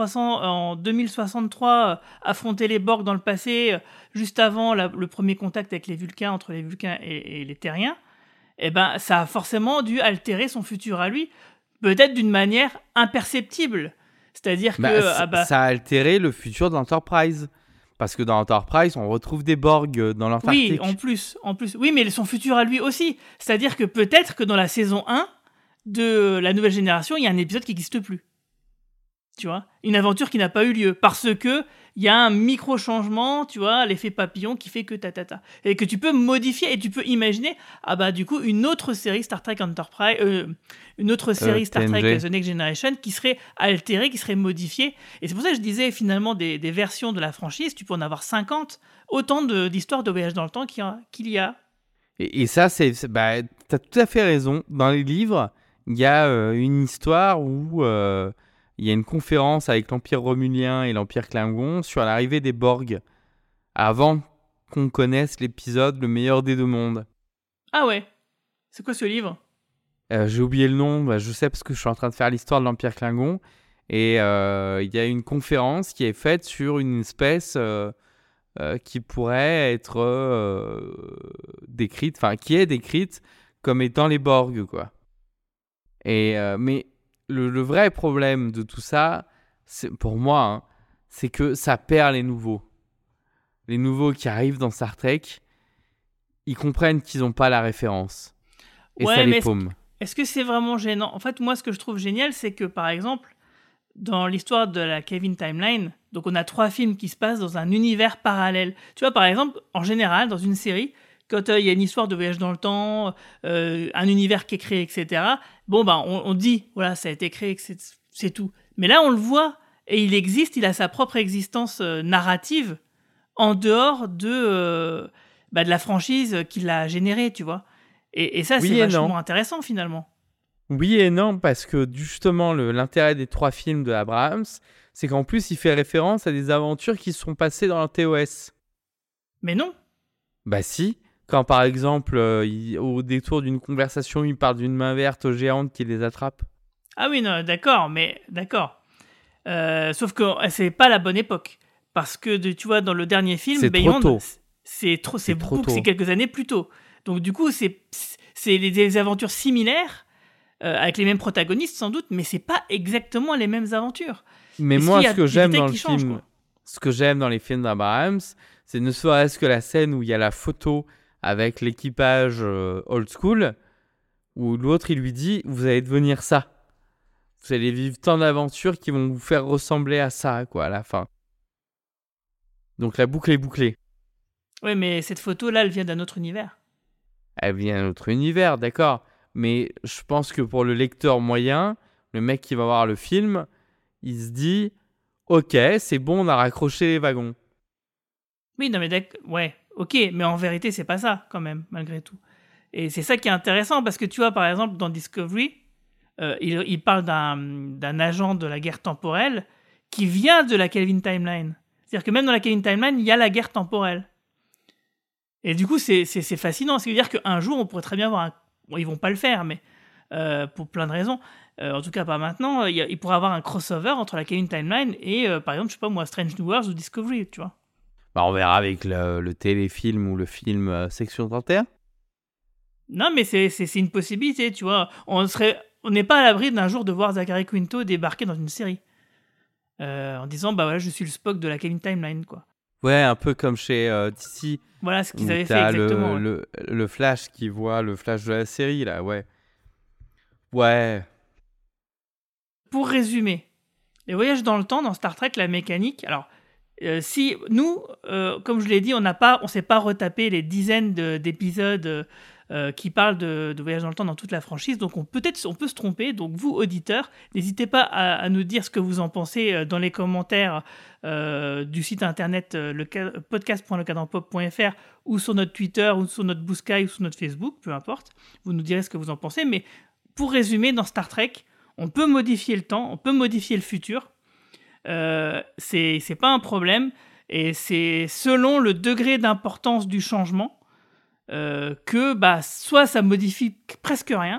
2063 affronter les Borg dans le passé, juste avant le premier contact avec les Vulcains, entre les Vulcains et les Terriens, ça a forcément dû altérer son futur à lui, peut-être d'une manière imperceptible. C'est-à-dire que... ça a altéré le futur d'Enterprise. Parce que dans Enterprise, on retrouve des Borg dans l'Antarctique. Oui, en plus. Oui, mais son futur à lui aussi. C'est-à-dire que peut-être que dans la saison 1 de la nouvelle génération, il y a un épisode qui n'existe plus. Tu vois ? Une aventure qui n'a pas eu lieu. Parce que il y a un micro-changement, tu vois, l'effet papillon qui fait que Et que tu peux modifier et tu peux imaginer, du coup, une autre série Star Trek Enterprise, une autre série Star Trek The Next Generation qui serait altérée, qui serait modifiée. Et c'est pour ça que je disais, finalement, des versions de la franchise, tu peux en avoir 50, autant d'histoires de voyage dans le temps qu'il y a. Et ça, t'as tout à fait raison. Dans les livres, il y a une histoire où... il y a une conférence avec l'Empire Romulien et l'Empire Klingon sur l'arrivée des Borg, avant qu'on connaisse l'épisode Le meilleur des deux mondes. Ah ouais ? C'est quoi ce livre ? J'ai oublié le nom, je sais parce que je suis en train de faire l'histoire de l'Empire Klingon, et il y a une conférence qui est faite sur une espèce qui pourrait être décrite, qui est décrite comme étant les Borg, quoi. Et mais le vrai problème de tout ça, pour moi, c'est que ça perd les nouveaux. Les nouveaux qui arrivent dans Star Trek, ils comprennent qu'ils n'ont pas la référence. Et ça les paume. Est-ce que c'est vraiment gênant ? En fait, moi, ce que je trouve génial, c'est que, par exemple, dans l'histoire de la Kelvin Timeline, donc on a 3 films qui se passent dans un univers parallèle. Tu vois, par exemple, en général, dans une série, quand il y a une histoire de voyage dans le temps, un univers qui est créé, etc., on dit, voilà, ça a été créé, c'est tout. Mais là, on le voit, et il existe, il a sa propre existence narrative en dehors de la franchise qui l'a générée, tu vois. Et ça, c'est vachement intéressant, finalement. Oui et non, parce que justement, l'intérêt des 3 films de Abrams, c'est qu'en plus, il fait référence à des aventures qui se sont passées dans la TOS. Mais non. Si. Quand, par exemple, au détour d'une conversation, il parle d'une main verte géante qui les attrape. Ah oui, non, d'accord. Sauf que c'est pas la bonne époque. Parce que, tu vois, dans le dernier film, c'est Beyond, trop tôt. C'est quelques années plus tôt. Donc, du coup, c'est des aventures similaires, avec les mêmes protagonistes, sans doute, mais c'est pas exactement les mêmes aventures. Mais moi, ce que j'aime dans le film, ce que j'aime dans les films d'Abrams, c'est ne serait-ce que la scène où il y a la photo avec l'équipage old school, où l'autre, il lui dit « Vous allez devenir ça. Vous allez vivre tant d'aventures qui vont vous faire ressembler à ça, quoi, à la fin. » Donc la boucle est bouclée. Oui, mais cette photo-là, elle vient d'un autre univers. Elle vient d'un autre univers, d'accord. Mais je pense que pour le lecteur moyen, le mec qui va voir le film, il se dit « Ok, c'est bon, on a raccroché les wagons. » Oui, non mais d'accord, ouais. Ok, mais en vérité, c'est pas ça, quand même, malgré tout. Et c'est ça qui est intéressant, parce que tu vois, par exemple, dans Discovery, il parle d'un agent de la guerre temporelle qui vient de la Kelvin Timeline. C'est-à-dire que même dans la Kelvin Timeline, il y a la guerre temporelle. Et du coup, c'est fascinant. C'est-à-dire qu'un jour, on pourrait très bien avoir Bon, ils vont pas le faire, mais pour plein de raisons. En tout cas, pas maintenant. Il pourrait avoir un crossover entre la Kelvin Timeline et, par exemple, je sais pas moi, Strange New Worlds ou Discovery, tu vois. Bah, on verra avec le téléfilm ou le film Section 31. Non, mais c'est une possibilité, tu vois. On n'est pas à l'abri d'un jour de voir Zachary Quinto débarquer dans une série. En disant, bah voilà, je suis le Spock de la Kevin Timeline, quoi. Ouais, un peu comme chez DC. Voilà ce qu'ils où avaient fait t'as exactement. le Flash qui voit le Flash de la série, là, ouais. Ouais. Pour résumer, les voyages dans le temps, dans Star Trek, la mécanique... Alors, si nous, comme je l'ai dit, on s'est pas retapé les dizaines d'épisodes qui parlent de voyage dans le temps dans toute la franchise, donc on peut se tromper. Donc vous, auditeurs, n'hésitez pas à nous dire ce que vous en pensez dans les commentaires du site internet podcast.lecadranpop.fr ou sur notre Twitter ou sur notre Blue Sky ou sur notre Facebook, peu importe. Vous nous direz ce que vous en pensez. Mais pour résumer, dans Star Trek, on peut modifier le temps, on peut modifier le futur. C'est pas un problème, et c'est selon le degré d'importance du changement que soit ça modifie presque rien,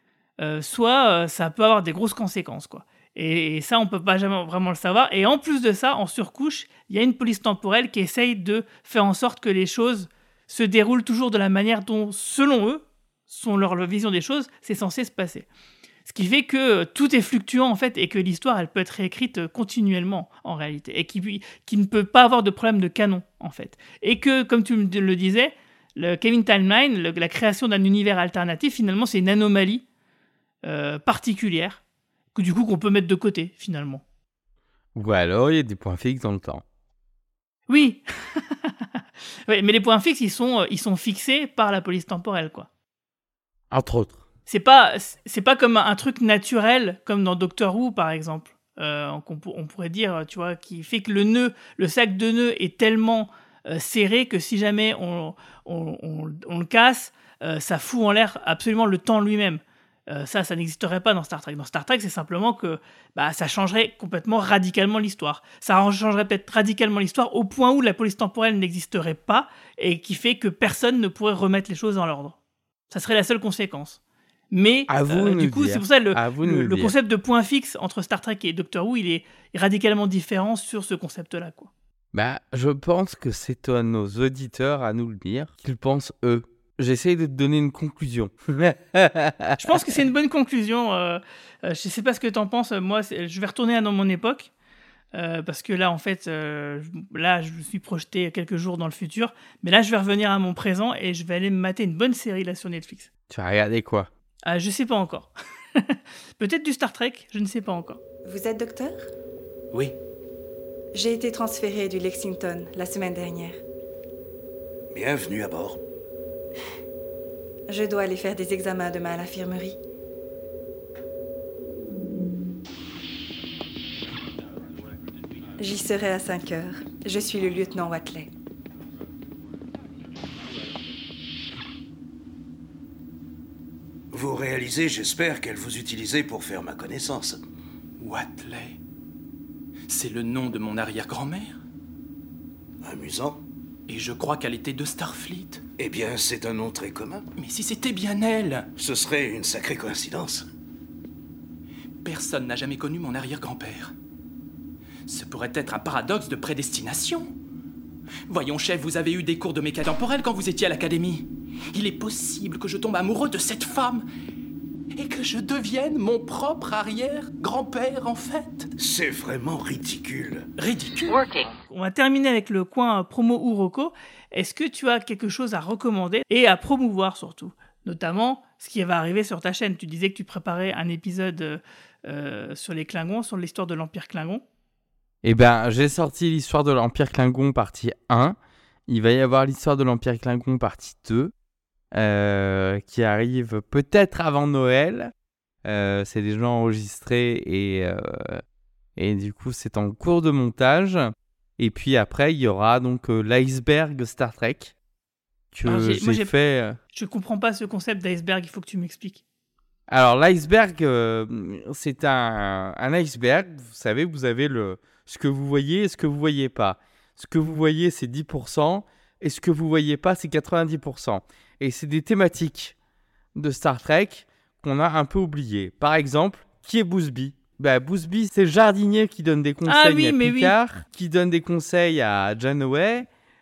soit ça peut avoir des grosses conséquences, quoi. Et ça, on peut pas jamais vraiment le savoir. Et en plus de ça, en surcouche, il y a une police temporelle qui essaye de faire en sorte que les choses se déroulent toujours de la manière dont, selon eux, selon leur vision des choses, c'est censé se passer. Ce qui fait que tout est fluctuant, en fait, et que l'histoire, elle peut être réécrite continuellement, en réalité, et qui ne peut pas avoir de problème de canon, en fait. Et que, comme tu le disais, le Kevin Timeline, la création d'un univers alternatif, finalement, c'est une anomalie particulière, que du coup, qu'on peut mettre de côté, finalement. Ou alors, il y a des points fixes dans le temps. Oui. Ouais, mais les points fixes, ils sont fixés par la police temporelle, quoi. Entre autres. C'est pas comme un truc naturel, comme dans Doctor Who, par exemple. On pourrait dire, tu vois, qui fait que le sac de nœuds est tellement serré que si jamais on le casse, ça fout en l'air absolument le temps lui-même. Ça n'existerait pas dans Star Trek. Dans Star Trek, c'est simplement que ça changerait complètement radicalement l'histoire. Ça changerait peut-être radicalement l'histoire au point où la police temporelle n'existerait pas et qui fait que personne ne pourrait remettre les choses dans l'ordre. Ça serait la seule conséquence. Mais du coup, c'est pour ça le concept de point fixe entre Star Trek et Doctor Who, il est radicalement différent sur ce concept-là, quoi. Je pense que c'est à nos auditeurs à nous le dire qu'ils pensent eux. J'essaye de te donner une conclusion. Je pense que c'est une bonne conclusion. Je sais pas ce que t'en penses. Moi, je vais retourner à mon époque. Parce que là, en fait, là, je me suis projeté quelques jours dans le futur. Mais là, je vais revenir à mon présent et je vais aller me mater une bonne série là sur Netflix. Tu vas regarder quoi ? Je sais pas encore. Peut-être du Star Trek, je ne sais pas encore. Vous êtes docteur ? Oui. J'ai été transférée du Lexington la semaine dernière. Bienvenue à bord. Je dois aller faire des examens demain à l'infirmerie. J'y serai à 5 heures. Je suis le lieutenant Watley. Vous réalisez, j'espère, qu'elle vous utilisait pour faire ma connaissance. Watley. C'est le nom de mon arrière-grand-mère. Amusant. Et je crois qu'elle était de Starfleet. Eh bien, c'est un nom très commun. Mais si c'était bien elle! Ce serait une sacrée coïncidence. Personne n'a jamais connu mon arrière-grand-père. Ce pourrait être un paradoxe de prédestination. Voyons, chef, vous avez eu des cours de mécanique temporelle quand vous étiez à l'académie. Il est possible que je tombe amoureux de cette femme et que je devienne mon propre arrière-grand-père, en fait. C'est vraiment ridicule. Ridicule. On va terminer avec le coin promo ou reco. Est-ce que tu as quelque chose à recommander et à promouvoir surtout ? Notamment ce qui va arriver sur ta chaîne. Tu disais que tu préparais un épisode sur les Klingons, sur l'histoire de l'Empire Klingon. Eh ben, j'ai sorti l'histoire de l'Empire Klingon partie 1. Il va y avoir l'histoire de l'Empire Klingon partie 2. Qui arrive peut-être avant Noël. C'est déjà enregistré et du coup c'est en cours de montage. Et puis après il y aura donc l'iceberg Star Trek que j'ai fait. Je comprends pas ce concept d'iceberg, il faut que tu m'expliques. Alors l'iceberg, c'est un iceberg. Vous savez, vous avez ce que vous voyez et ce que vous voyez pas. Ce que vous voyez c'est 10% et ce que vous voyez pas c'est 90%. Et c'est des thématiques de Star Trek qu'on a un peu oubliées. Par exemple, qui est Boosby ? Boosby, c'est le jardinier qui donne des conseils à Picard, qui donne des conseils à Janeway,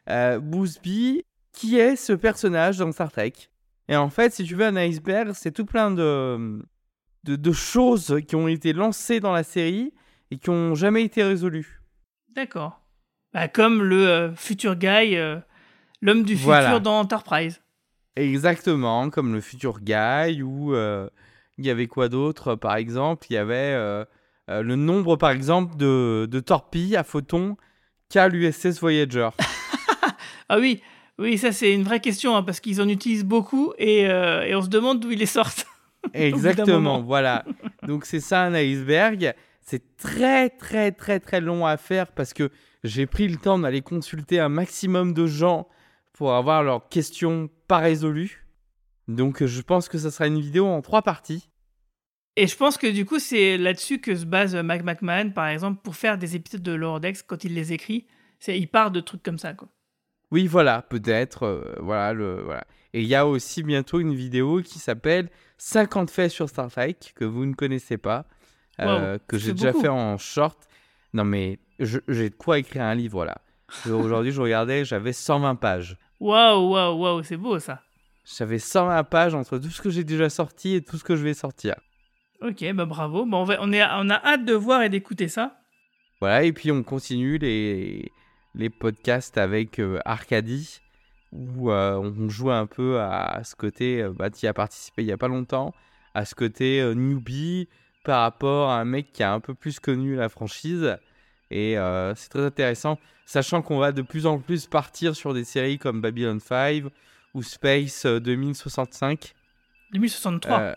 Boothby, qui est ce personnage dans Star Trek. Et en fait, si tu veux, un iceberg, c'est tout plein de choses qui ont été lancées dans la série et qui n'ont jamais été résolues. D'accord. Comme le futur guy, l'homme du futur dans Enterprise. Exactement, comme le futur guy, ou il y avait quoi d'autre, par exemple. Il y avait le nombre, par exemple, de torpilles à photons qu'a l'USS Voyager. Ah oui, ça c'est une vraie question, hein, parce qu'ils en utilisent beaucoup et on se demande d'où ils les sortent. Exactement, voilà. Donc c'est ça un iceberg. C'est très très très très long à faire parce que j'ai pris le temps d'aller consulter un maximum de gens pour avoir leurs questions pas résolues. Donc je pense que ça sera une vidéo en 3 parties. Et je pense que du coup c'est là-dessus que se base Mike McMahon, par exemple, pour faire des épisodes de Lower Decks quand il les écrit. Il part de trucs comme ça, quoi. Oui, voilà, peut-être. Voilà. Et il y a aussi bientôt une vidéo qui s'appelle 50 faits sur Star Trek, que vous ne connaissez pas, que j'ai déjà fait en short. Non, mais j'ai de quoi écrire un livre, là. Aujourd'hui, je regardais, j'avais 120 pages. Waouh, c'est beau, ça. J'avais 120 pages entre tout ce que j'ai déjà sorti et tout ce que je vais sortir. Ok, bravo. Bon, on a hâte de voir et d'écouter ça. Voilà, et puis on continue les podcasts avec Arcadie, où on joue un peu à ce côté, tu y as participé il n'y a pas longtemps, à ce côté newbie par rapport à un mec qui a un peu plus connu la franchise. Et c'est très intéressant, sachant qu'on va de plus en plus partir sur des séries comme Babylon 5 ou Space 2065. 2063.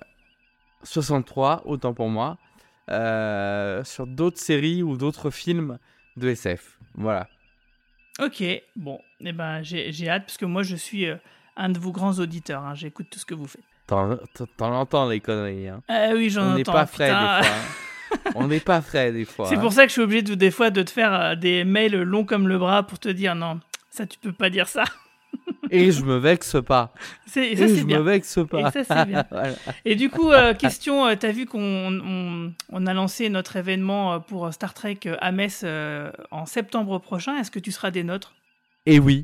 63, autant pour moi. Sur d'autres séries ou d'autres films de SF. Voilà. Ok, bon, j'ai hâte parce que moi je suis un de vos grands auditeurs, hein. J'écoute tout ce que vous faites. T'en entends les conneries, hein. Oui, j'en entends. On n'est pas frais des fois. Hein. On n'est pas frais des fois. C'est pour ça que je suis obligé des fois de te faire des mails longs comme le bras pour te dire non, ça tu peux pas dire ça. Et je me vexe pas. Et ça c'est bien. Je me vexe pas. Et ça c'est bien. Voilà. Et du coup, question, t'as vu qu'on a lancé notre événement pour Star Trek à Metz en septembre prochain. Est-ce que tu seras des nôtres ? Et oui.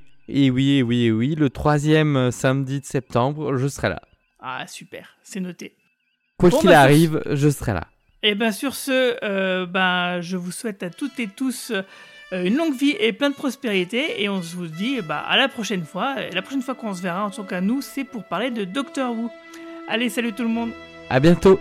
Le 3e samedi de septembre, je serai là. Ah super, c'est noté. Quoi qu'il arrive, je serai là. Et bien sur ce, je vous souhaite à toutes et tous une longue vie et plein de prospérité, et on se vous dit à la prochaine fois. La prochaine fois qu'on se verra, en tout cas nous, c'est pour parler de Doctor Who. Allez, salut tout le monde. À bientôt.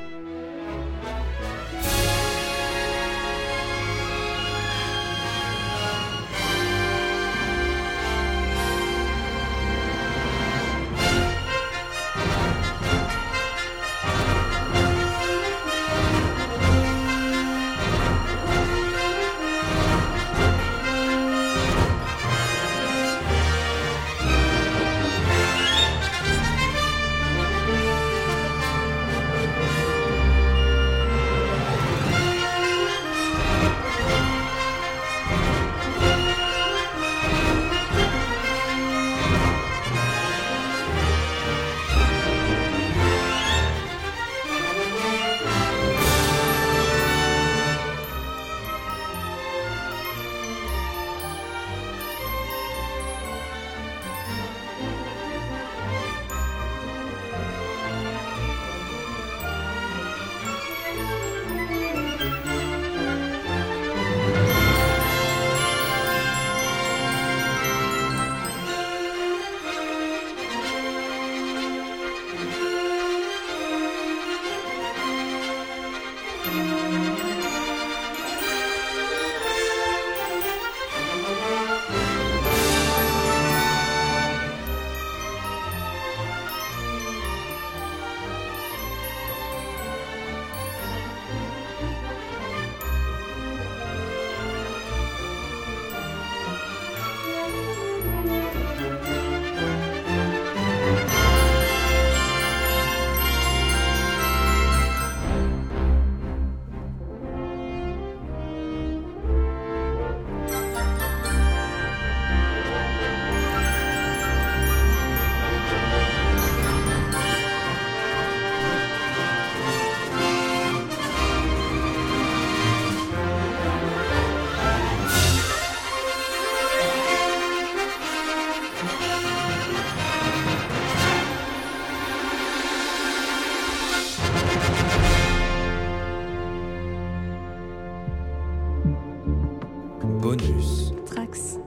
Bonus. Trax.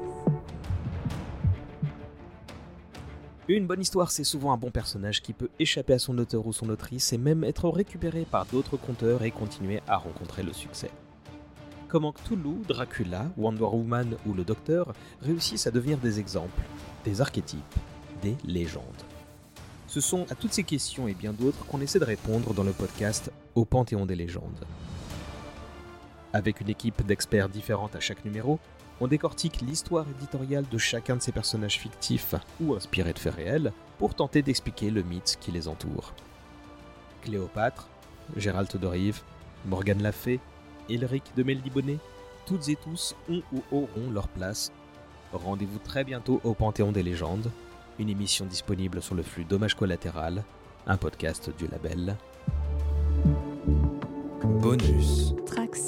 Une bonne histoire, c'est souvent un bon personnage qui peut échapper à son auteur ou son autrice et même être récupéré par d'autres conteurs et continuer à rencontrer le succès. Comment Cthulhu, Dracula, Wonder Woman ou le Docteur réussissent à devenir des exemples, des archétypes, des légendes. Ce sont à toutes ces questions et bien d'autres qu'on essaie de répondre dans le podcast Au Panthéon des légendes. Avec une équipe d'experts différente à chaque numéro, on décortique l'histoire éditoriale de chacun de ces personnages fictifs ou inspirés de faits réels pour tenter d'expliquer le mythe qui les entoure. Cléopâtre, Gérald de Rive, Morgane La Fay, Elric de Melnibonnet, toutes et tous ont ou auront leur place. Rendez-vous très bientôt au Panthéon des légendes, une émission disponible sur le flux Dommage Collatéral, un podcast du label Bonus. Trax.